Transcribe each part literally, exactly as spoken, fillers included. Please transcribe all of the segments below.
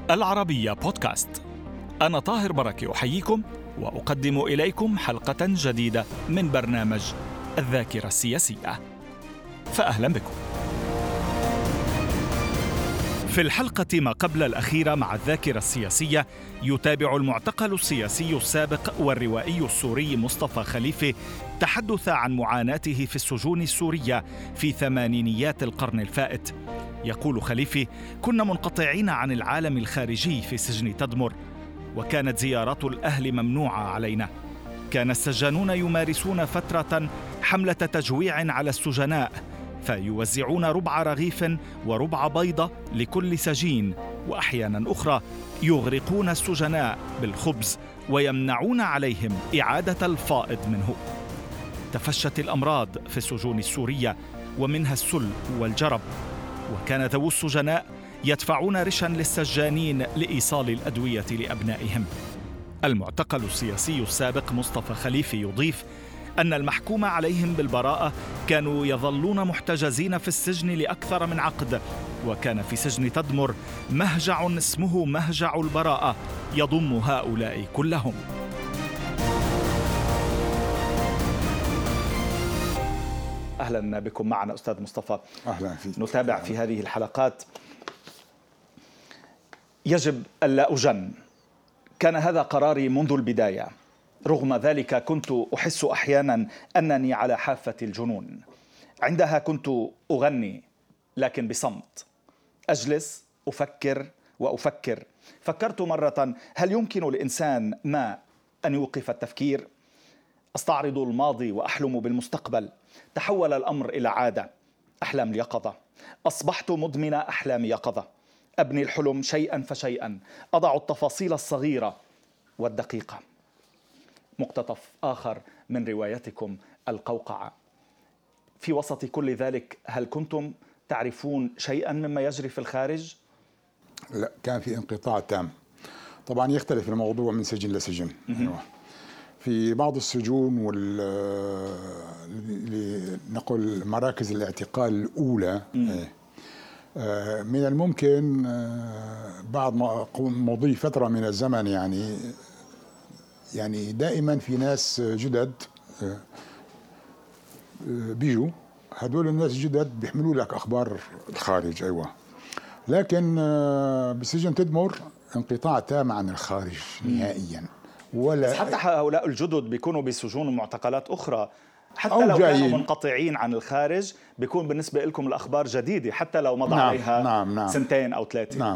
العربية بودكاست. أنا طاهر بركة أحييكم وأقدم إليكم حلقة جديدة من برنامج الذاكرة السياسية، فأهلا بكم. في الحلقة ما قبل الأخيرة مع الذاكرة السياسية يتابع المعتقل السياسي السابق والروائي السوري مصطفى خليفة تحدث عن معاناته في السجون السورية في ثمانينيات القرن الفائت. يقول خليفة: كنا منقطعين عن العالم الخارجي في سجن تدمر، وكانت زيارات الأهل ممنوعة علينا. كان السجانون يمارسون فترة حملة تجويع على السجناء، فيوزعون ربع رغيف وربع بيضة لكل سجين، وأحيانا أخرى يغرقون السجناء بالخبز ويمنعون عليهم إعادة الفائض منه. تفشت الأمراض في السجون السورية ومنها السل والجرب، وكان ذوو السجناء يدفعون رشا للسجانين لإيصال الأدوية لأبنائهم. المعتقل السياسي السابق مصطفى خليفة يضيف أن المحكوم عليهم بالبراءة كانوا يظلون محتجزين في السجن لأكثر من عقد، وكان في سجن تدمر مهجع اسمه مهجع البراءة يضم هؤلاء كلهم. أهلا بكم معنا أستاذ مصطفى. أهلا فيك. نتابع في هذه الحلقات. يجب ألا أجن، كان هذا قراري منذ البداية. رغم ذلك كنت أحس أحيانا أنني على حافة الجنون. عندها كنت أغني لكن بصمت، أجلس أفكر وأفكر. فكرت مرة: هل يمكن لإنسان ما أن يوقف التفكير؟ أستعرض الماضي وأحلم بالمستقبل. تحول الأمر إلى عادة، أحلام اليقظة. أصبحت مدمن أحلام يقظة، أبني الحلم شيئا فشيئا، أضع التفاصيل الصغيرة والدقيقة. مقتطف آخر من روايتكم القوقعة. في وسط كل ذلك هل كنتم تعرفون شيئا مما يجري في الخارج؟ لا، كان في انقطاع تام. طبعا يختلف الموضوع من سجن لسجن. أيوة. في بعض السجون وال نقول مراكز الاعتقال الأولى من الممكن بعد مضي فترة من الزمن يعني يعني دائما في ناس جدد بيجوا، هدول الناس جدد بيحملوا لك أخبار الخارج. أيوة. لكن بسجن تدمر انقطاع تام عن الخارج نهائيا. ولا حتى هؤلاء الجدد بيكونوا بسجون ومعتقلات أخرى، حتى لو كانوا منقطعين عن الخارج بيكون بالنسبة لكم الأخبار جديدة حتى لو مضى نعم عليها نعم نعم سنتين أو ثلاثة. نعم.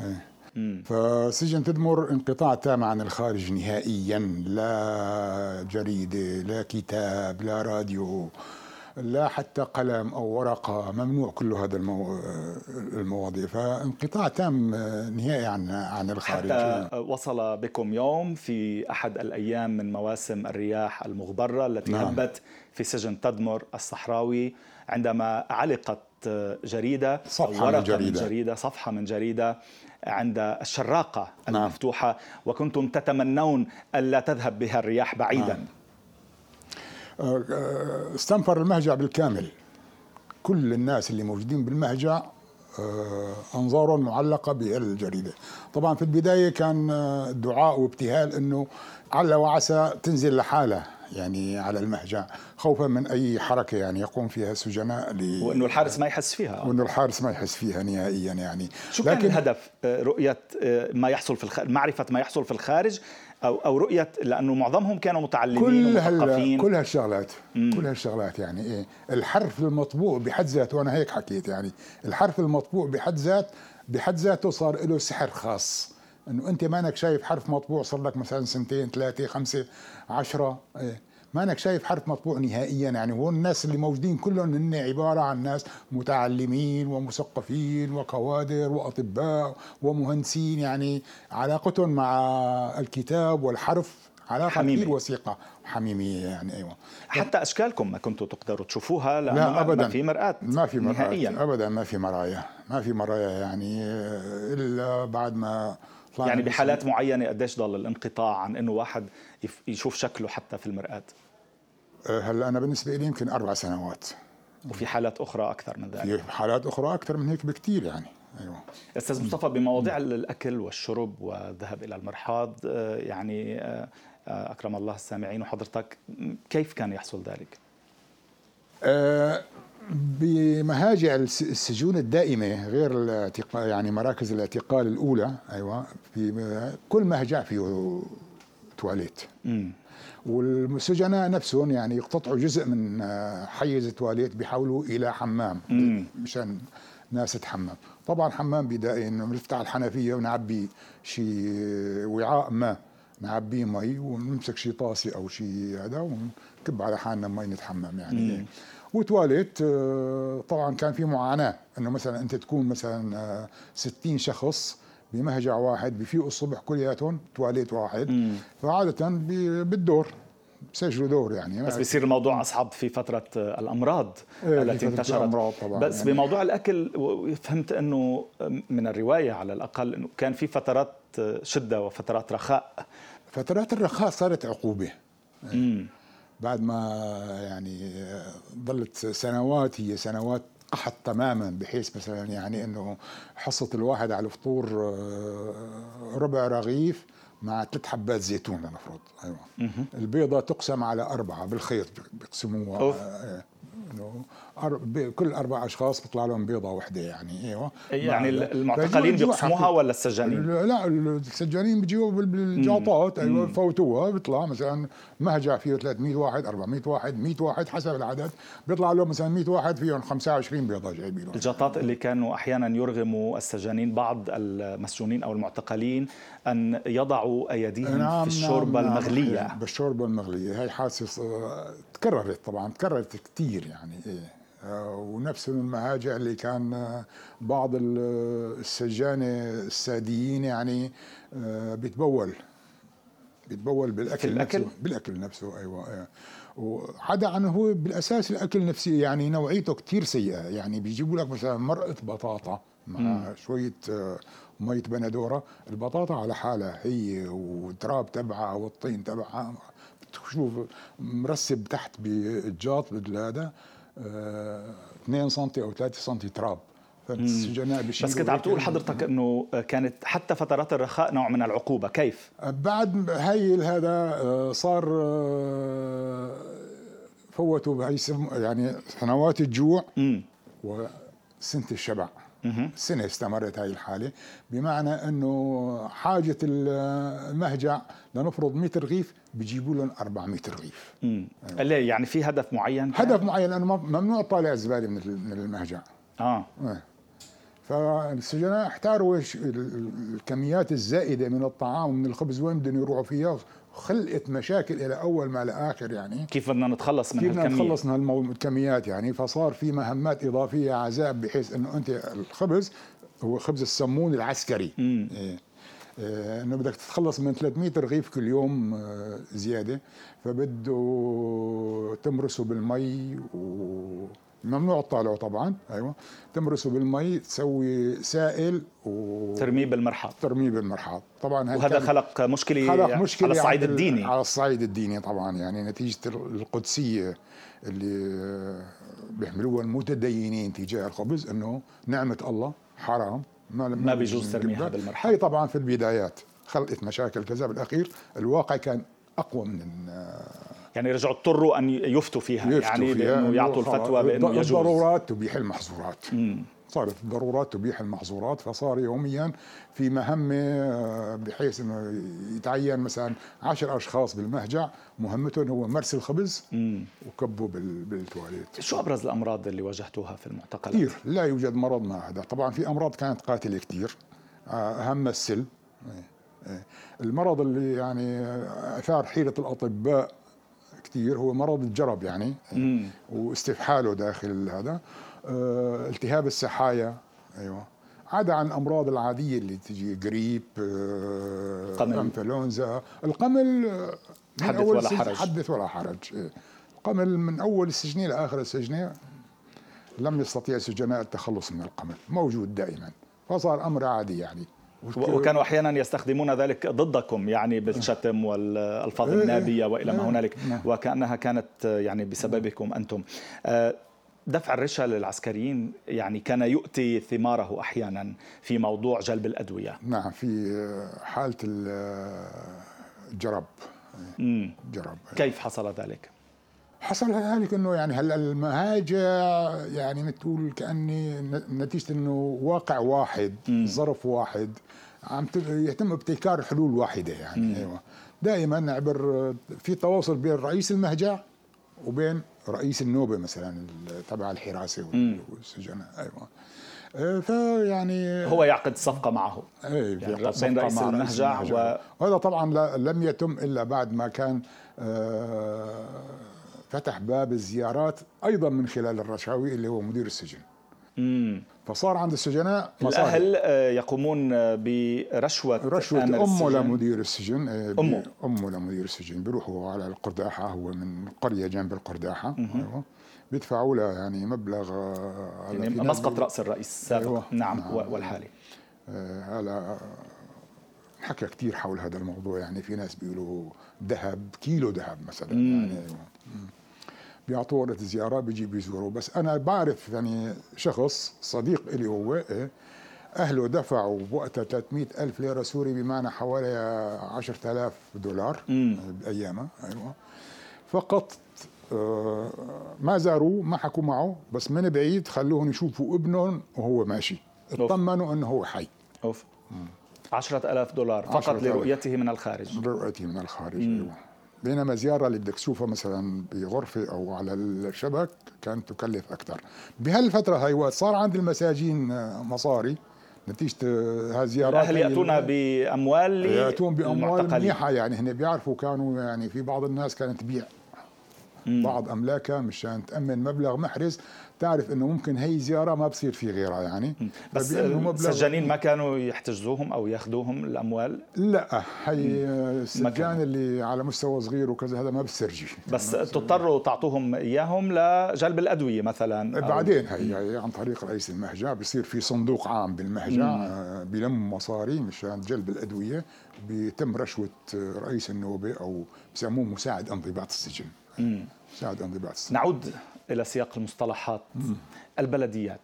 فسجن تدمر انقطاع تام عن الخارج نهائيا، لا جريدة لا كتاب لا راديو لا حتى قلم أو ورقة، ممنوع كل هذا المو... المواضيع. فانقطاع تام نهائي عن عن الخارج. حتى وصل بكم يوم في أحد الأيام من مواسم الرياح المغبرة التي نعم. هبت في سجن تدمر الصحراوي، عندما علقت جريدة صفحة أو ورقة من جريدة. من جريدة صفحة من جريدة عند الشراقة نعم. المفتوحة، وكنتم تتمنون ألا تذهب بها الرياح بعيدا. نعم. استنفر المهجع بالكامل. كل الناس اللي موجودين بالمهجع أنظارهم معلقة بالجريدة. طبعا في البداية كان دعاء وابتهال أنه عل وعسى تنزل لحالة يعني على المهجع، خوفا من أي حركة يعني يقوم فيها السجناء ل... وأنه الحارس ما يحس فيها وأنه الحارس ما يحس فيها نهائيا يعني. شو كان الهدف؟ رؤية ما يحصل في الخارج، معرفة ما يحصل في الخارج، أو أو رؤية، لأنه معظمهم كانوا متعلمين ومثقفين. كل هالشغلات كل هالشغلات يعني إيه الحرف المطبوع بحد ذاته. وأنا هيك حكيت يعني الحرف المطبوع بحد ذات بحد ذاته صار له سحر خاص. إنه أنت مانك شايف حرف مطبوع صار لك مثلا سنتين ثلاثة خمسة عشرة، إيه مانك شايف حرف مطبوع نهائيا. يعني هو الناس اللي موجودين كلهم هن عبارة عن ناس متعلمين ومثقفين وكوادر وأطباء ومهندسين، يعني علاقتهم مع الكتاب والحرف علاقة حميمي. كثير وثيقة حميمية يعني. أيوة. حتى أشكالكم ما كنتوا تقدروا تشوفوها لأنه لا أبداً. ما في مرآة ما في مرآة نهائيا. أبدا ما في مرايا ما في مرايا يعني إلا بعد ما يعني بحالات معينة قديش ضل الانقطاع عن إنه واحد يشوف شكله حتى في المرآة؟ هلا أنا بالنسبة لي يمكن أربع سنوات، وفي حالات أخرى أكثر من ذلك. في حالات أخرى أكثر من هيك بكتير يعني. أيوة. أستاذ مصطفى، بمواضيع الأكل والشرب والذهاب إلى المرحاض، يعني أكرم الله السامعين وحضرتك، كيف كان يحصل ذلك؟ أه بمهاجع السجون الدائمة غير الاعتقال، يعني مراكز الاعتقال الأولى، أيوة، في كل مهجع فيه تواليت. مم. والسجناء نفسهم يعني يقتطعوا جزء من حيز التواليت بيحولوا إلى حمام مم. مشان ناس تحمم. طبعا حمام بدائي إنه بنفتح الحنفية ونعبي شيء وعاء ما، نعبيه مي ونمسك شيء طاسي أو شيء هذا ونكب على حالنا مي نتحمم يعني. مم. وتواليت طبعا كان في معاناة انه مثلا انت تكون مثلا ستين شخص بمهجع واحد بفيقوا الصبح كلياتهم تواليت واحد. مم. فعادة بالدور بسجلوا دور يعني. بس بيصير الموضوع اصعب في فترة الامراض إيه التي انتشرت. طبعاً بس يعني. بموضوع الاكل فهمت انه من الرواية على الاقل انه كان في فترات شدة وفترات رخاء. فترات الرخاء صارت عقوبة. مم. بعد ما يعني ظلت سنوات، هي سنوات قحط تماما، بحيث مثلا يعني انه حصة الواحد على الفطور ربع رغيف مع ثلاث حبات زيتون لنفرض. ايوه. البيضة تقسم على أربعة بالخيط بيقسموها. انه كل اربع اشخاص بيطلع لهم بيضه واحده يعني. ايوه. يعني المعتقلين بيقسموها ولا السجانين؟ لا السجانين بيجيبوا بالجاطات. ايوه بفوتوها، بيطلع مثلا مهجع فيه ثلاثمية واحد أربعمية واحد مية واحد حسب العدد، بيطلع لهم مثلا مية واحد فيهم خمسة وعشرين بيضه جايبين. الجاطات اللي كانوا احيانا يرغموا السجانين بعض المسجونين او المعتقلين ان يضعوا ايديهم نعم في الشوربه نعم المغليه. نعم بالشوربه المغليه، هي حادثه تكررت طبعا، تكررت كثير يعني. إيه. ونفس المهاجع اللي كان بعض السجانة الساديين يعني بيتبول بيتبول بالاكل الأكل؟ نفسه، بالاكل نفسه. ايوه. وعدا عنه هو بالاساس الاكل نفسه يعني نوعيته كثير سيئه. يعني بيجيبوا لك مثلا مرقه بطاطا مع م. شويه ميه بندوره، البطاطا على حالها هي والتراب تبعها والطين تبعها تشوف مرسب تحت بالجاط هذا اثنين سنتي او ثلاثة سنتي تراب. فالسجناء بس كنت عم تقول حضرتك انه كانت حتى فترات الرخاء نوع من العقوبه، كيف؟ بعد هاي هذا صار فوتوا هاي يعني سنوات الجوع م. وسنة الشبع. سنة استمرت هاي الحالة، بمعنى انه حاجة المهجع لنفرض مية رغيف بيجيبوا لهم أربعمية رغيف. امم أيوة. يعني في هدف معين؟ هدف معين، لانه ممنوع طالع الزبالة من المهجع. اه, آه. فالسجناء احتاروا الكميات الزائدة من الطعام ومن الخبز وين بدهم يروحوا فيها، خلقت مشاكل الى اول ما لاخر يعني. كيف بدنا نتخلص من هالكميات؟ كيف بدنا نتخلص من هالكميات يعني. فصار في مهمات اضافيه عذاب، بحيث انه انت الخبز هو خبز السمون العسكري. إيه. إيه انه بدك تتخلص من ثلاثمية رغيف كل يوم زياده، فبده تمرسه بالمي و ممنوع تطالعه طبعا. ايوه. تمرسه بالمي، تسوي سائل و ترميه بالمرحاض. ترميه بالمرحاض طبعا. وهذا خلق مشكله, خلق مشكلة على الصعيد الديني. على الصعيد الديني طبعا يعني، نتيجه القدسيه اللي بيحملوها المتدينين تجاه الخبز، انه نعمه الله حرام، ما, ما بيجوز ترميها بالمرحاض. هي طبعا في البدايات خلقت مشاكل كذا، بالاخير الواقع كان اقوى من يعني رجعوا اضطروا ان يفتوا فيها، يفتوا يعني بانه يعطوا الفتوى بانه يجوز. الضرورات تبيح المحظورات. مم. صارت الضرورات تبيح المحظورات، فصار يوميا في مهمه بحيث انه يتعين مثلا عشر اشخاص بالمهجع مهمتهم هو مرس الخبز مم. وكبه بالتواليت. شو ابرز الامراض اللي واجهتوها في المعتقلات؟ كثير، لا يوجد مرض ما هذا. طبعا في امراض كانت قاتله كثير، اهمها السل. المرض اللي يعني اثار حيره الاطباء كثير هو مرض الجرب يعني. مم. واستفحاله داخل هذا. اه التهاب السحايا. ايوه. عدا عن الامراض العاديه اللي تجي قريب، اه انفلونزا، القمل حدث ولا حرج. حدث ولا حرج. القمل من اول السجنه لاخر السجنه لم يستطيع السجناء التخلص من القمل، موجود دائما، فصار امر عادي يعني. وكانوا احيانا يستخدمون ذلك ضدكم يعني بالشتم والالفاظ النابيه والى ما هنالك، وكانها كانت يعني بسببكم انتم. دفع الرشا للعسكريين يعني كان يؤتي ثماره أحيانا في موضوع جلب الأدوية. نعم، في حالة الجرب. مم. جرب. كيف حصل ذلك؟ حصل ذلك انه يعني هلا المهاجة يعني بتقول كأني نتيجة انه واقع واحد، مم. ظرف واحد عم يتم ابتكار حلول واحدة يعني. مم. ايوه دائما نعبر في تواصل بين رئيس المهجع وبين رئيس النوبة مثلا تبع الحراسة والسجناء. ايوه فيعني هو يعقد صفقة معه. ايه يعني بين رئيس المهجع و... وهذا طبعا لم يتم الا بعد ما كان آه فتح باب الزيارات ايضا من خلال الرشاوي اللي هو مدير السجن. امم فصار عند السجناء مصالح. الاهل يقومون برشوه رشوه امه لمدير السجن. امه امه لمدير السجن بيروحوا على القرداحه، هو من قريه جنب القرداحه. ايوه بيدفعوا له يعني مبلغ يعني مسقط راس الرئيس السابق. أيوة. نعم. نعم والحالي. هلا حكى كثير حول هذا الموضوع، يعني في ناس بيقولوا ذهب كيلو ذهب مثلا. مم. يعني أيوة. بيعطوه وقت الزيارة بيجي بيزوروا. بس أنا بعرف يعني شخص صديق إلي هو أهله دفعوا بوقتها ثلاثمئة ألف ليرة سوري، بمعنى حوالي عشرة آلاف دولار بأيامها. أيوة فقط ما زاروه، ما حكوا معه، بس من بعيد خلوهم يشوفوا ابنهم وهو ماشي، اطمنوا أنه هو حي. أوف. عشرة آلاف دولار فقط لرؤيته من الخارج. لرؤيته من الخارج. أيوة. بينما زيارة اللي بدك تشوفها مثلا بغرفة أو على الشبك كانت تكلف أكثر. بهالفترة هاي وقت صار عند المساجين مصاري نتيجة هالزيارات، الأهل يأتون بأموال يأتون بأموال منيحة. يعني هن بيعرفوا، كانوا يعني في بعض الناس كانت تبيع بعض أملاكها مشان تأمن مبلغ محرز. تعرف انه ممكن هي زياره ما بصير في غيرها يعني. بس السجانين ما كانوا يحتجزوهم او ياخذوهم الاموال؟ لا، هي السجان اللي على مستوى صغير وكذا هذا ما بيسترجي. بس تضطروا تعطوهم اياهم لجلب الادويه مثلا؟ بعدين هي, هي عن طريق رئيس المهجع بيصير في صندوق عام بالمهجع بيلم مصاري مشان جلب الادويه، بيتم رشوه رئيس النوبه او بسموه مساعد انضباط السجن. مم. مساعد انضباط السجن. نعود إلى سياق المصطلحات. مم. البلديات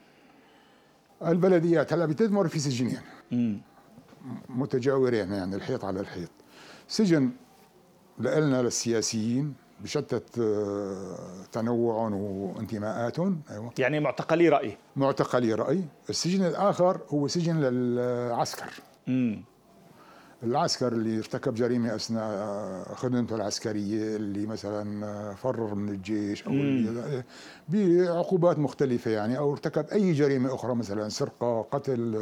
البلديات هلا بتدمر في سجنين مم. متجاورين، يعني الحيط على الحيط. سجن لنا للسياسيين بشتت تنوعهم وانتماءاتهم. أيوة. يعني معتقلي رأي. معتقلي رأي. السجن الآخر هو سجن للعسكر. مم. العسكر اللي ارتكب جريمة أثناء خدمته العسكرية، اللي مثلا فرر من الجيش أو بعقوبات مختلفة يعني، أو ارتكب أي جريمة أخرى مثلا سرقة، قتل،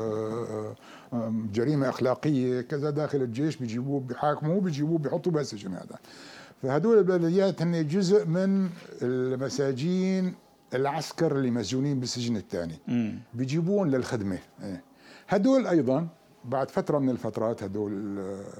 جريمة أخلاقية كذا داخل الجيش، بيجيبوه بيحاكموه بيجيبوه بيحطوا بالسجن هذا. فهدول البلديات هن جزء من المساجين العسكر اللي مسجونين بالسجن الثاني، بيجيبون للخدمة. هدول أيضا بعد فترة من الفترات هدول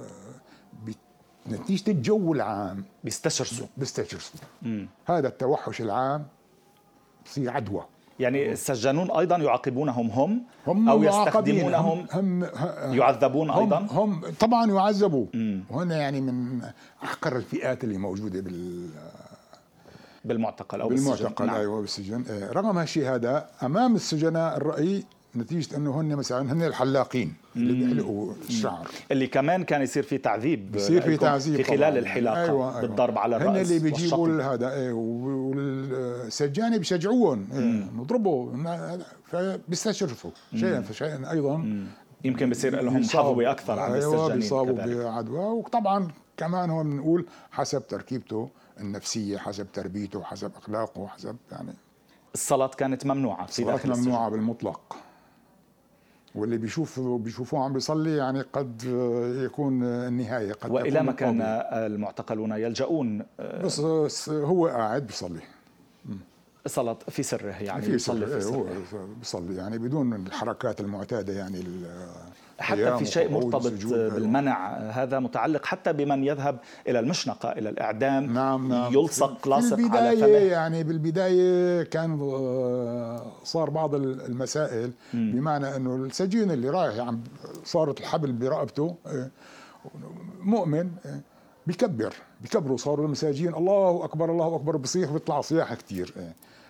نتيجة الجو العام بيستشرسوا بيستشرسوا هذا التوحش العام بصير عدوى. يعني السجانون أيضا يعاقبونهم هم, هم أو يستخدمونهم، هم, هم يعذبون هم أيضا. هم طبعا يعذبوا، وهنا يعني من أحقر الفئات اللي موجودة بال بالمعتقل أو بالمعتقل. نعم. أيوة بالسجن. رغم هالشيء هذا أمام السجناء الرأي نتيجة أنه هن مثلا هن الحلاقين اللي بيحلقوا الشعر، اللي كمان كان يصير في تعذيب، بيصير في تعذيب في خلال الحلاقة. أيوة أيوة. بالضرب على الرأس. هن اللي بيجيبوا هذا ايه، والسجانة بيشجعوهم ايه نضربوا، فبيستشرفوا شيئا فشيئا أيضا. مم. يمكن بيصير لهم حظوة أكثر عند أيوة السجانين. بيصابوا بعدوى. وطبعا كمان هو بنقول حسب تركيبته النفسية، حسب تربيته، حسب أخلاقه، حسب يعني. الصلاة كانت ممنوعة في داخل السجن. ممنوعة بالمطلق، واللي بيشوفوا بيشوفوه عم بيصلي يعني قد يكون النهاية. قد وإلى ما كان المعتقلون يلجؤون، بس هو قاعد بيصلي صلاة في سره، يعني في سره. في سره. هو بيصلي يعني بدون الحركات المعتادة يعني. حتى في شيء مرتبط بالمنع، هذا متعلق حتى بمن يذهب إلى المشنقة، إلى الإعدام. نعم نعم. يلصق لاصق على فمه. يعني بالبداية كان صار بعض المسائل، م. بمعنى أنه السجين اللي رايح يعني صارت الحبل برقبته مؤمن بيكبر بيكبروا، صاروا المساجين الله أكبر الله أكبر، بصيح بيطلع صياحة كتير.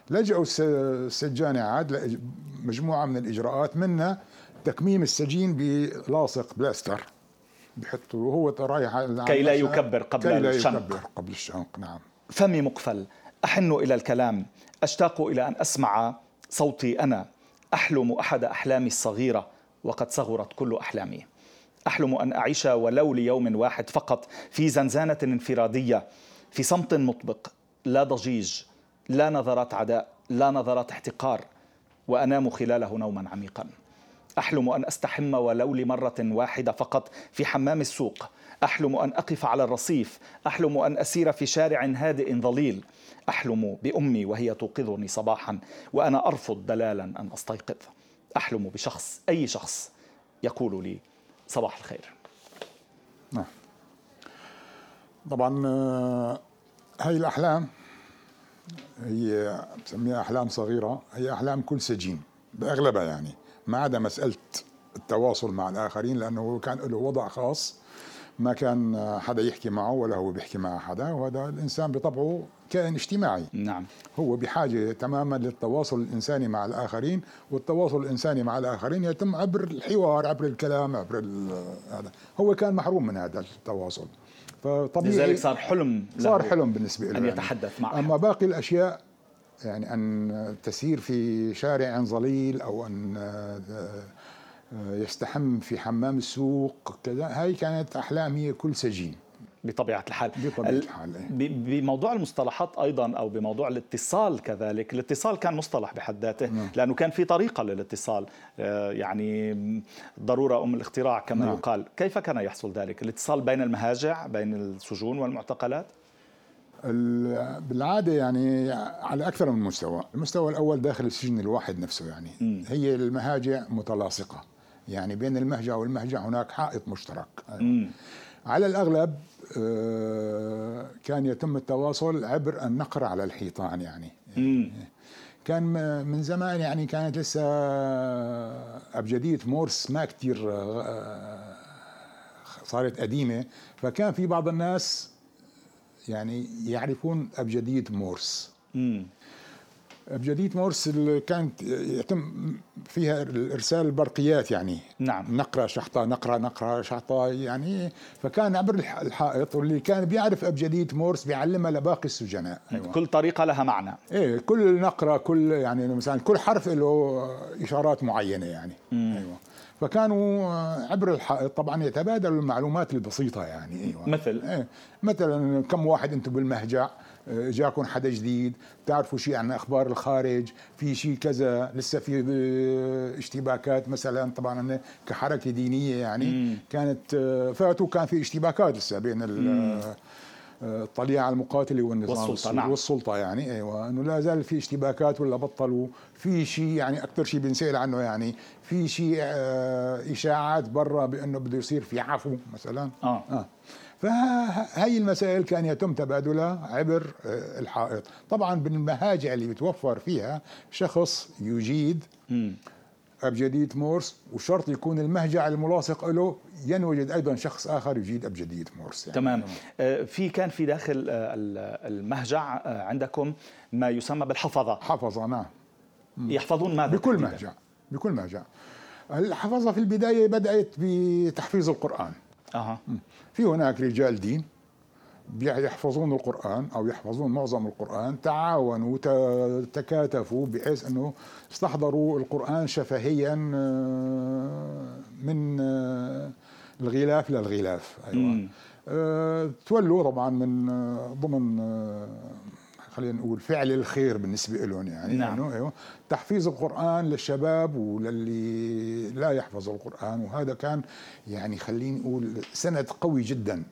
لجأوا السجانة عاد مجموعة من الإجراءات، منها تكميم السجين بلاصق بلاستر بحطوا وهو رايح كي لا يكبر قبل كي لا الشنق. يكبر قبل الشنق. نعم. فمي مقفل، أحن إلى الكلام، أشتاق إلى أن أسمع صوتي أنا، أحلم أحد أحلامي الصغيرة وقد صغرت كل أحلامي. أحلم أن أعيش ولو ليوم واحد فقط في زنزانة انفرادية، في صمت مطبق، لا ضجيج، لا نظرات عداء، لا نظرات احتقار، وأنام خلاله نوما عميقا. أحلم أن أستحم ولو لمرة واحدة فقط في حمام السوق. أحلم أن أقف على الرصيف. أحلم أن أسير في شارع هادئ ظليل. أحلم بأمي وهي توقظني صباحا وأنا أرفض دلالا أن أستيقظ. أحلم بشخص، أي شخص، يقول لي صباح الخير. نعم. طبعا هاي الأحلام هي بسميها أحلام صغيرة، هي أحلام كل سجين بأغلبها، يعني ما عدا مسألة التواصل مع الآخرين، لأنه كان له وضع خاص، ما كان حدا يحكي معه ولا هو بيحكي مع حدا، وهذا الإنسان بطبعه كائن اجتماعي. نعم. هو بحاجة تماما للتواصل الإنساني مع الآخرين، والتواصل الإنساني مع الآخرين يتم عبر الحوار، عبر الكلام، عبر هذا. هو كان محروم من هذا التواصل، فطبيعي لذلك صار حلم صار حلم بالنسبة له أن يتحدث معه. أما باقي الأشياء يعني أن تسير في شارع ظليل أو أن يستحم في حمام السوق كذا، هاي كانت أحلام هي كل سجين بطبيعة الحال. بطبيعة الحال. بموضوع المصطلحات أيضا أو بموضوع الاتصال كذلك، الاتصال كان مصطلح بحد ذاته، لأنه كان في طريقة للاتصال، يعني ضرورة أم الاختراع كما نعم. يقال. كيف كان يحصل ذلك الاتصال بين المهاجع، بين السجون والمعتقلات؟ بالعادة يعني على أكثر من مستوى. المستوى الأول داخل السجن الواحد نفسه، يعني م. هي المهاجع متلاصقة، يعني بين المهجع والمهجع هناك حائط مشترك. م. على الأغلب كان يتم التواصل عبر النقر على الحيطان، يعني م. كان من زمان، يعني كانت لسه أبجدية مورس ما كتير صارت قديمة، فكان في بعض الناس يعني يعرفون أبجدية مورس. مم. أبجدية مورس اللي كانت يتم فيها إرسال البرقيات، يعني نعم. نقرة شحطة نقرة نقرة شحطة، يعني فكان عبر الحائط، واللي كان بيعرف أبجدية مورس بيعلمها لباقي السجناء. أيوة. كل طريقة لها معنى. إيه، كل نقرة، كل يعني مثلا كل حرف له إشارات معينة، يعني مم. أيوة. فكانوا عبر الحائط طبعا يتبادلوا المعلومات البسيطة، يعني أيوة. مثل إيه، مثلا كم واحد أنتم بالمهجع، جاكم حدا جديد، بتعرفوا شيء عن أخبار الخارج، في شيء كذا، لسه في اشتباكات مثلا، طبعا كحركة دينية يعني مم. كانت فاتوا، كان في اشتباكات لسه بين الطليعة المقاتلة والنظام والسلطة, نعم. والسلطة، يعني أيوة، أنه لا زال في اشتباكات ولا بطلوا في شيء، يعني أكثر شيء بنسأل عنه، يعني في شيء إشاعات برا بأنه بده يصير في عفو مثلا. آه. آه. فهي المسائل كان يتم تبادلها عبر الحائط. طبعا بالمهاجع اللي بتوفر فيها شخص يجيد م. أبجدية مورس، وشرط يكون المهجع الملاصق له ينوجد أيضا شخص آخر يجيد أبجدية مورس، يعني. تمام. آه في كان في داخل المهجع عندكم ما يسمى بالحفظة. حفظة، نعم. يحفظون ماذا؟ بكل مهجع بكل مهجع. الحفظة في البداية بدأت بتحفيظ القرآن. أها. في هناك رجال دين يحفظون القرآن أو يحفظون معظم القرآن، تعاونوا تكاتفوا بحيث أنه استحضروا القرآن شفهيا من الغلاف للغلاف. أيوة. أه تولوا طبعا من ضمن خلينا نقول فعل الخير بالنسبة لهم، يعني نعم. يعني أيوة تحفيظ القرآن للشباب وللي لا يحفظ القرآن، وهذا كان يعني خلينا نقول سند قوي جدا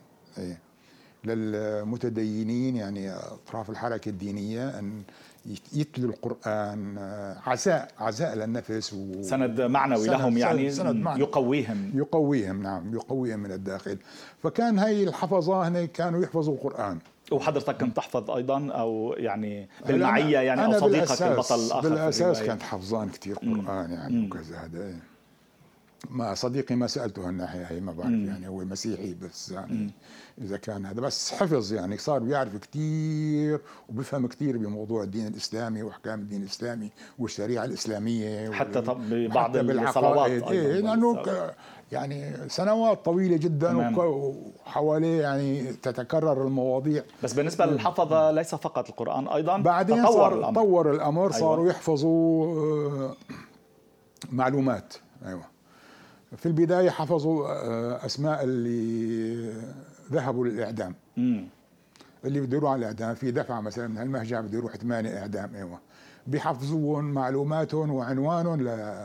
للمتدينين، يعني أطراف الحركة الدينية، أن يتلوا القرآن عزاء عزاء للنفس، سند معنوي سند لهم، يعني سند معنوي يقويهم يقويهم نعم يقويهم من الداخل. فكان هاي الحفظة هنا كانوا يحفظوا القرآن. وحضرتك كنت تحفظ أيضا أو يعني بالمعية، يعني أو صديقك البطل الآخر؟ بالأساس كنت حفظان كتير قرآن، يعني وكذا هذا. ما صديقي ما سالته هالناحيه هي، ما بعرف يعني هو مسيحي بس يعني م. اذا كان هذا بس حفظ يعني صار بيعرف كثير وبفهم كثير بموضوع الدين الاسلامي واحكام الدين الاسلامي والشريعه الاسلاميه حتى طب ببعض الصلوات إيه لانه يعني سنوات طويله جدا وحواليه يعني تتكرر المواضيع. بس بالنسبه للحفظه ليس فقط القران، ايضا بعدين تطور صار الامر طور الامر أيوة. صاروا يحفظوا معلومات. ايوه في البدايه حفظوا اسماء اللي ذهبوا للاعدام، مم. اللي بده يروح على الاعدام في دفعه مثلا من هالمهجع بده يروح ثمانيه اعدام. ايوه بيحفظوهم معلوماتهم وعنوانهم ل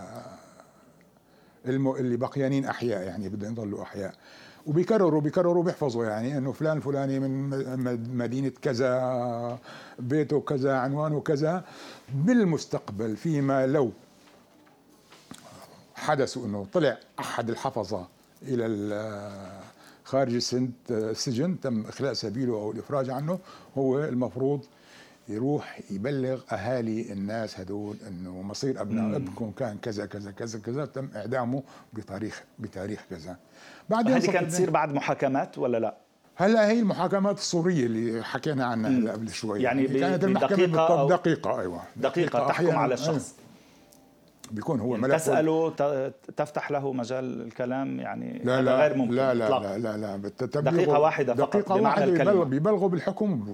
اللي بقيانين احياء يعني بدهم يضلوا احياء، وبيكرروا بيكرروا بيحفظوا يعني انه فلان فلاني من مدينه كذا، بيته كذا، عنوانه كذا. بالمستقبل فيما لو حدثوا انه طلع احد الحفظه الى خارج السجن تم اخلاء سبيله او الافراج عنه، هو المفروض يروح يبلغ اهالي الناس هدول انه مصير ابناء ابنكم كان كذا كذا كذا كذا تم اعدامه بتاريخ بتاريخ كذا. بعدين هل كانت تصير بعد محاكمات ولا لا؟ هلا هي المحاكمات السوريه اللي حكينا عنها هلا قبل شوي يعني, يعني كانت المحكمه دقيقة دقيقه. ايوه دقيقه تحكم على الشخص، بيكون هو يعني تسأله تفتح له مجال الكلام يعني لا لا غير ممكن. لا لا لا لا, لا, لا دقيقة واحدة فقط دقيقة بمعنى الكلمة بيبلغوا بالحكم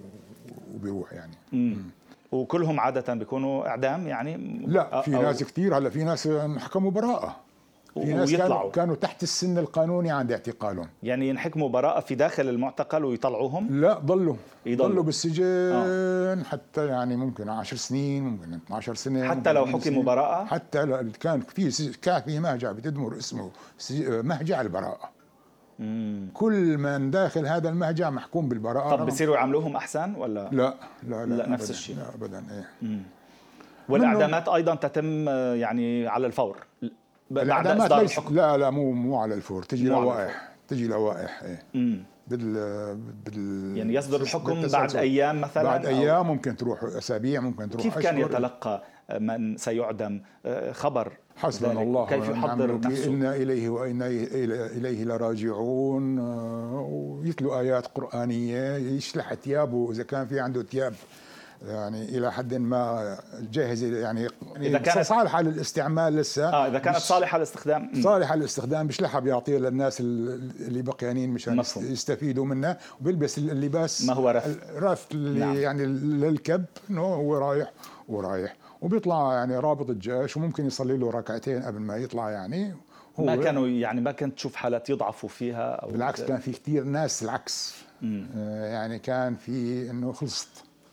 وبيروح يعني. مم. وكلهم عادة بيكونوا إعدام يعني؟ لا في ناس كتير هلا في ناس حكموا براءة، في ناس كانوا, كانوا تحت السن القانوني عند اعتقالهم، يعني ينحكموا براءة في داخل المعتقل ويطلعوهم؟ لا ضلوا يضلوا ضلوا بالسجن آه. حتى يعني ممكن عشر سنين ممكن اثني عشر سنة حتى لو حكموا براءة، حتى كان في كان في مهجع بتدمر اسمه مهجع البراءة. مم. كل من داخل هذا المهجع محكوم بالبراءة. طب بيصيروا يعملوهم أحسن ولا؟ لا لا لا, لا نفس الشيء. لا أبدا. إيه. مم. والإعدامات أيضا تتم يعني على الفور بعد إصدار الحكم؟ لا لا مو مو على الفور، تجي لوائح تجي لوائح ايه مم. بال بال يعني يصدر الحكم بعد ايام مثلا، بعد ايام ممكن تروح اسابيع ممكن تروح كيف كان يتلقى من سيعدم خبر حسبنا الله كيف يحضر نفسه؟ إنا إليه وإنا إليه لراجعون، ويتلو آيات قرآنية، يشلح ثيابه إذا كان في عنده ثياب يعني إلى حد ما جاهزة يعني إذا كانت صالحة للاستعمال لسه آه إذا كانت صالحة للاستخدام صالحة للاستخدام بيشلحها بيعطيها للناس اللي بقيانين مشان مفهوم. يستفيدوا منها، وبيلبس اللباس ما هو رف رف اللي نعم. يعني للكب إنه هو رايح ورايح وبيطلع يعني رابط الجيش وممكن يصلي له ركعتين قبل ما يطلع يعني. هو ما كانوا يعني ما كنت تشوف حالات يضعفوا فيها أو بالعكس كان في كتير ناس العكس مم. يعني كان في إنه خلصت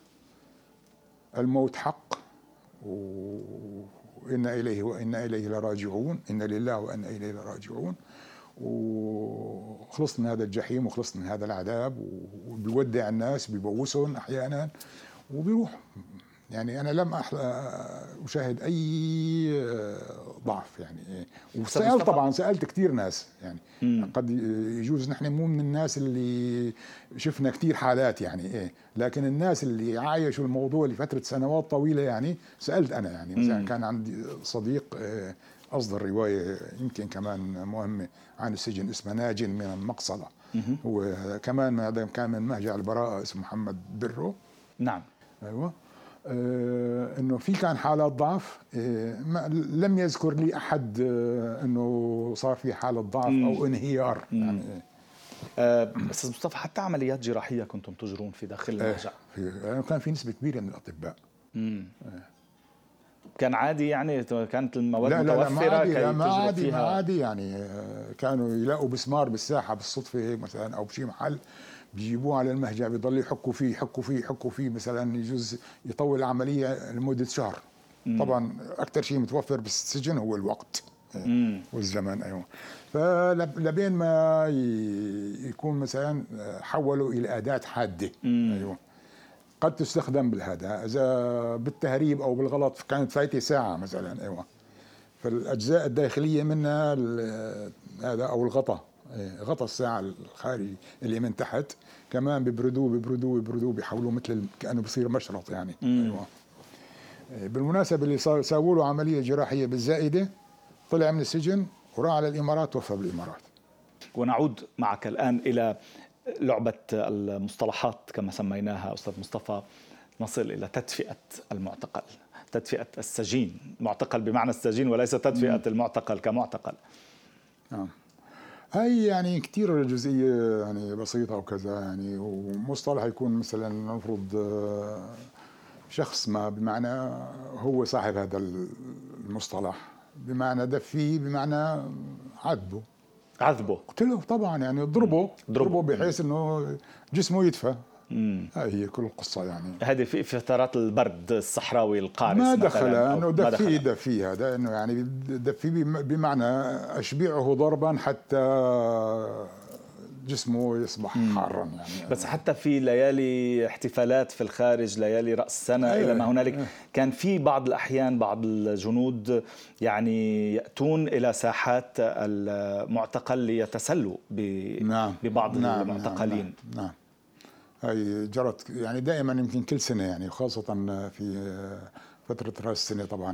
الموت حق وإنا إليه وإنا إليه لراجعون، إنا لله وإنا إليه لراجعون، وخلصت من هذا الجحيم وخلصت من هذا العذاب، وبيودع الناس بيبوسهم أحيانا وبيروح. يعني أنا لم أشاهد أي ضعف يعني. وسألت طبعا سألت كتير ناس يعني مم. قد يجوز نحن مو من الناس اللي شفنا كتير حالات يعني إيه، لكن الناس اللي عايشوا الموضوع لفترة سنوات طويلة يعني سألت أنا يعني مثلا كان عندي صديق أصدر رواية يمكن كمان مهمة عن السجن اسمه ناجٍ من المقصلة، هو كمان هذا كان من مهجع البراءة اسمه محمد برو. نعم أيوة. آه انه في كان حالات ضعف، آه لم يذكر لي احد آه انه صار في حاله ضعف مم. او انهيار مم. يعني آه استاذ مصطفى حتى عمليات جراحيه كنتم تجرون في داخل المهجع؟ آه كان في نسبه كبيره من الاطباء. آه. كان عادي يعني كانت المواد لا لا متوفره؟ لا ما عادي كي لا ما عادي فيها؟ ما عادي يعني كانوا يلاقوا مسمار بالساحه بالصدفه هيك مثلا او بشي محل بيجيبوه على المهجع بيضل يحكوا فيه يحكوا فيه يحكوا فيه مثلا يجوز يطول العمليه لمده شهر. مم. طبعا اكثر شيء متوفر بالسجن هو الوقت مم. والزمن. ايوه فلبين ما يكون مثلا حولوا الى اداه حاده. مم. ايوه قد تستخدم بالهذا اذا بالتهريب او بالغلط كانت فايته ساعه مثلا. ايوه فالاجزاء الداخليه منها هذا او الغطاء غطى الساعة الخارجي اللي من تحت كمان ببردوه ببردوه ببردوه بيحولوه مثل كأنه بصير مشرط يعني. أيوة. بالمناسبة اللي ساووا له عملية جراحية بالزائدة طلع من السجن وراح على الإمارات وفى بالإمارات. ونعود معك الآن إلى لعبة المصطلحات كما سميناها أستاذ مصطفى، نصل إلى تدفئة المعتقل، تدفئة السجين، معتقل بمعنى السجين وليس تدفئة المعتقل كمعتقل. نعم. هاي يعني كتير جزئية يعني بسيطة وكذا يعني، ومصطلح يكون مثلا نفرض شخص ما بمعنى هو صاحب هذا المصطلح، بمعنى دفيه بمعنى عذبه عذبه قتله طبعا يعني ضربه ضربه بحيث انه جسمه يدفى. هاي هي كل القصة يعني. هذه في فترات البرد الصحراوي القارس ما دخل انه دفيه دفيه هذا انه يعني دفيه بمعنى اشبعه ضربا حتى جسمه يصبح حارا يعني. بس حتى في ليالي احتفالات في الخارج، ليالي رأس سنة أيه. إلى ما هنالك أيه. كان في بعض الأحيان بعض الجنود يعني يأتون إلى ساحات المعتقل ليتسلوا نعم. ببعض نعم. المعتقلين. نعم. نعم. هاي جرت يعني دائما يمكن كل سنة يعني، خاصة في فترة رأس السنة. طبعا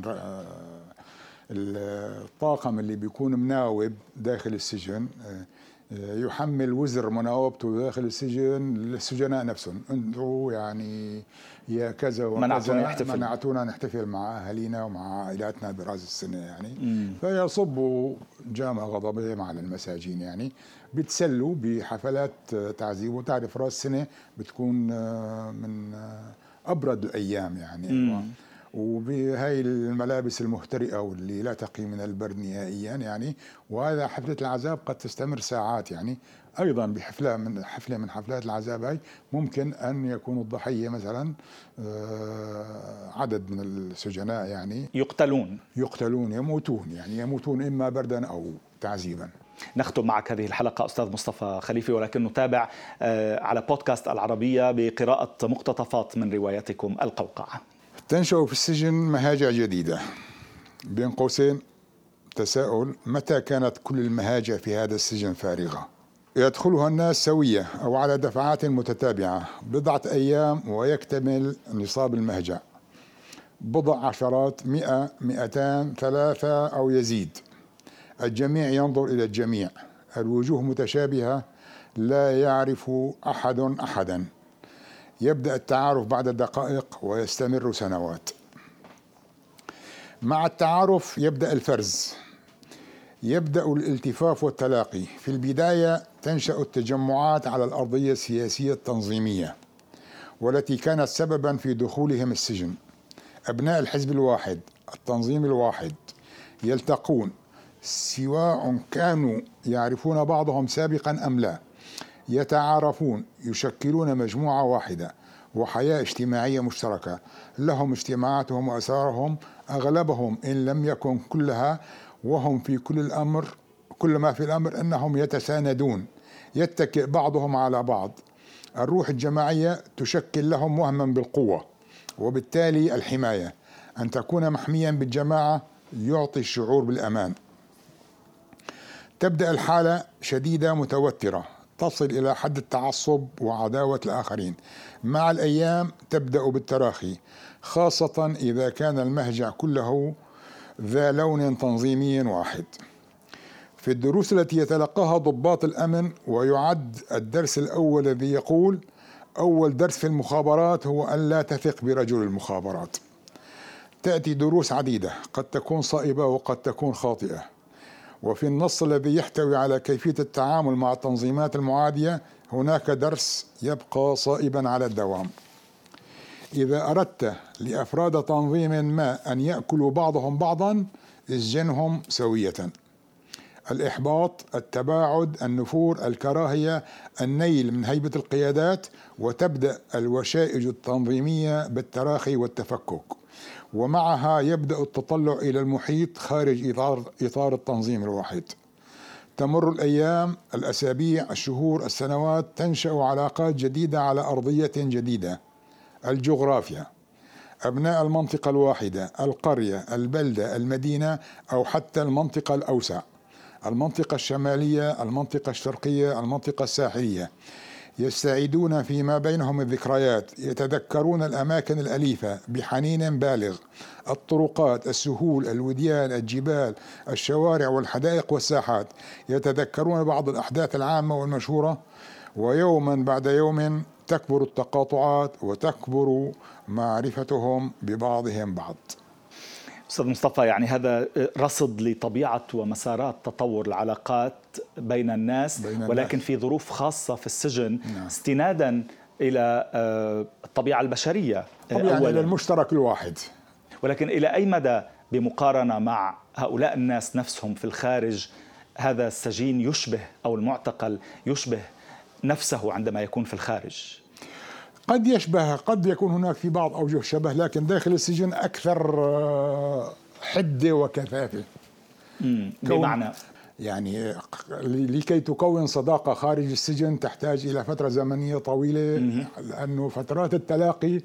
الطاقم اللي بيكون مناوب داخل السجن يحمل وزر مناوبته داخل السجن للسجناء نفسهم، انتوا يعني يا كذا وكذا منعتونا نحتفل مع اهالينا ومع عائلاتنا براس السنه يعني. مم. فيصبوا جامع غضبهم على المساجين يعني، بتسلوا بحفلات تعذيب. وتعرف راس السنه بتكون من ابرد الايام يعني. مم. وبهاي الملابس المهترئة واللي لا تقي من البرد نهائيا يعني. وهذا حفلة العذاب قد تستمر ساعات يعني. أيضا بحفلة من حفلة من حفلات العذاب هاي ممكن أن يكون الضحية مثلا عدد من السجناء يعني يقتلون يقتلون يموتون يعني، يموتون إما بردا أو تعذيبا. نختم معك هذه الحلقة أستاذ مصطفى خليفي، ولكن نتابع على بودكاست العربية بقراءة مقتطفات من روايتكم القوقعة. تنشأ في السجن مهاجع جديدة، بين قوسين تساؤل: متى كانت كل المهاجع في هذا السجن فارغة؟ يدخلها الناس سوية أو على دفعات متتابعة بضعة أيام ويكتمل نصاب المهجع، بضع عشرات، مئة، مئتان، ثلاثة أو يزيد. الجميع ينظر إلى الجميع، الوجوه متشابهة، لا يعرف أحد أحدا. يبدأ التعارف بعد دقائق ويستمر سنوات. مع التعارف يبدأ الفرز، يبدأ الالتفاف والتلاقي. في البداية تنشأ التجمعات على الأرضية السياسية التنظيمية والتي كانت سببا في دخولهم السجن. أبناء الحزب الواحد، التنظيم الواحد، يلتقون سواء كانوا يعرفون بعضهم سابقا أم لا، يتعارفون، يشكلون مجموعة واحدة وحياة اجتماعية مشتركة. لهم اجتماعاتهم وأسرارهم، أغلبهم إن لم يكن كلها، وهم في كل الأمر كل ما في الأمر أنهم يتساندون، يتكئ بعضهم على بعض. الروح الجماعية تشكل لهم وهما بالقوة وبالتالي الحماية. أن تكون محميا بالجماعة يعطي الشعور بالأمان. تبدأ الحالة شديدة متوترة تصل إلى حد التعصب وعداوة الآخرين. مع الأيام تبدأ بالتراخي، خاصة إذا كان المهجع كله ذا لون تنظيمي واحد. في الدروس التي يتلقاها ضباط الأمن، ويعد الدرس الأول الذي يقول: أول درس في المخابرات هو أن لا تثق برجل المخابرات. تأتي دروس عديدة قد تكون صائبة وقد تكون خاطئة. وفي النص الذي يحتوي على كيفية التعامل مع التنظيمات المعادية هناك درس يبقى صائبا على الدوام. إذا أردت لأفراد تنظيم ما أن يأكلوا بعضهم بعضا، اسجنهم سوية. الإحباط، التباعد، النفور، الكراهية، النيل من هيبة القيادات، وتبدأ الوشائج التنظيمية بالتراخي والتفكك، ومعها يبدأ التطلع إلى المحيط خارج إطار, إطار التنظيم الواحد. تمر الأيام، الأسابيع، الشهور، السنوات، تنشأ علاقات جديدة على أرضية جديدة. الجغرافيا، أبناء المنطقة الواحدة، القرية، البلدة، المدينة، أو حتى المنطقة الأوسع، المنطقة الشمالية، المنطقة الشرقية، المنطقة الساحلية، يستعيدون فيما بينهم الذكريات، يتذكرون الأماكن الأليفة بحنين بالغ، الطرقات، السهول، الوديان، الجبال، الشوارع والحدائق والساحات، يتذكرون بعض الأحداث العامة والمشهورة، ويوما بعد يوم تكبر التقاطعات وتكبر معرفتهم ببعضهم بعض. أستاذ مصطفى، يعني هذا رصد لطبيعة ومسارات تطور العلاقات بين الناس، بين ولكن الناس. في ظروف خاصة في السجن. نعم. استنادا إلى الطبيعة البشرية، طبعا إلى المشترك الواحد، ولكن إلى أي مدى بمقارنة مع هؤلاء الناس نفسهم في الخارج هذا السجين يشبه أو المعتقل يشبه نفسه عندما يكون في الخارج؟ قد يشبه، قد يكون هناك في بعض أوجه شبه، لكن داخل السجن أكثر حدة وكثافة. بمعنى يعني لكي تكون صداقة خارج السجن تحتاج إلى فترة زمنية طويلة، لأنه فترات التلاقي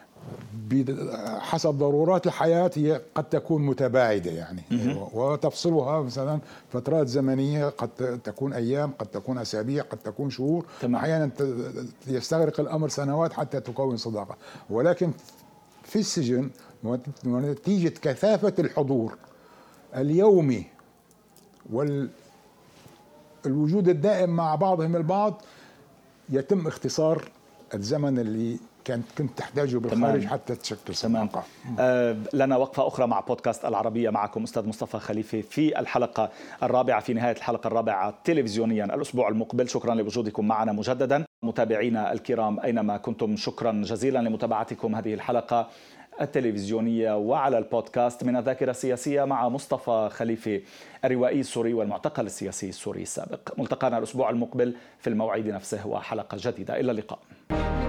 حسب ضرورات الحياة هي قد تكون متباعدة يعني، وتفصلها مثلا فترات زمنية قد تكون أيام، قد تكون أسابيع، قد تكون شهور، أحيانا يستغرق الأمر سنوات حتى تكون صداقة. ولكن في السجن ونتيجة كثافة الحضور اليومي والوجود الدائم مع بعضهم البعض يتم اختصار الزمن اللي كانت كنت تحتاجه بالخارج حتى تشكل صداقة. آه لنا وقفة أخرى مع بودكاست العربية، معكم أستاذ مصطفى خليفة في الحلقة الرابعة، في نهاية الحلقة الرابعة تلفزيونيا الأسبوع المقبل. شكرا لوجودكم معنا مجددا. متابعينا الكرام أينما كنتم، شكرا جزيلا لمتابعتكم هذه الحلقة التلفزيونية وعلى البودكاست من الذاكرة السياسية مع مصطفى خليفة الروائي السوري والمعتقل السياسي السوري السابق. ملتقانا الأسبوع المقبل في الموعد نفسه وحلقة جديدة. إلى اللقاء.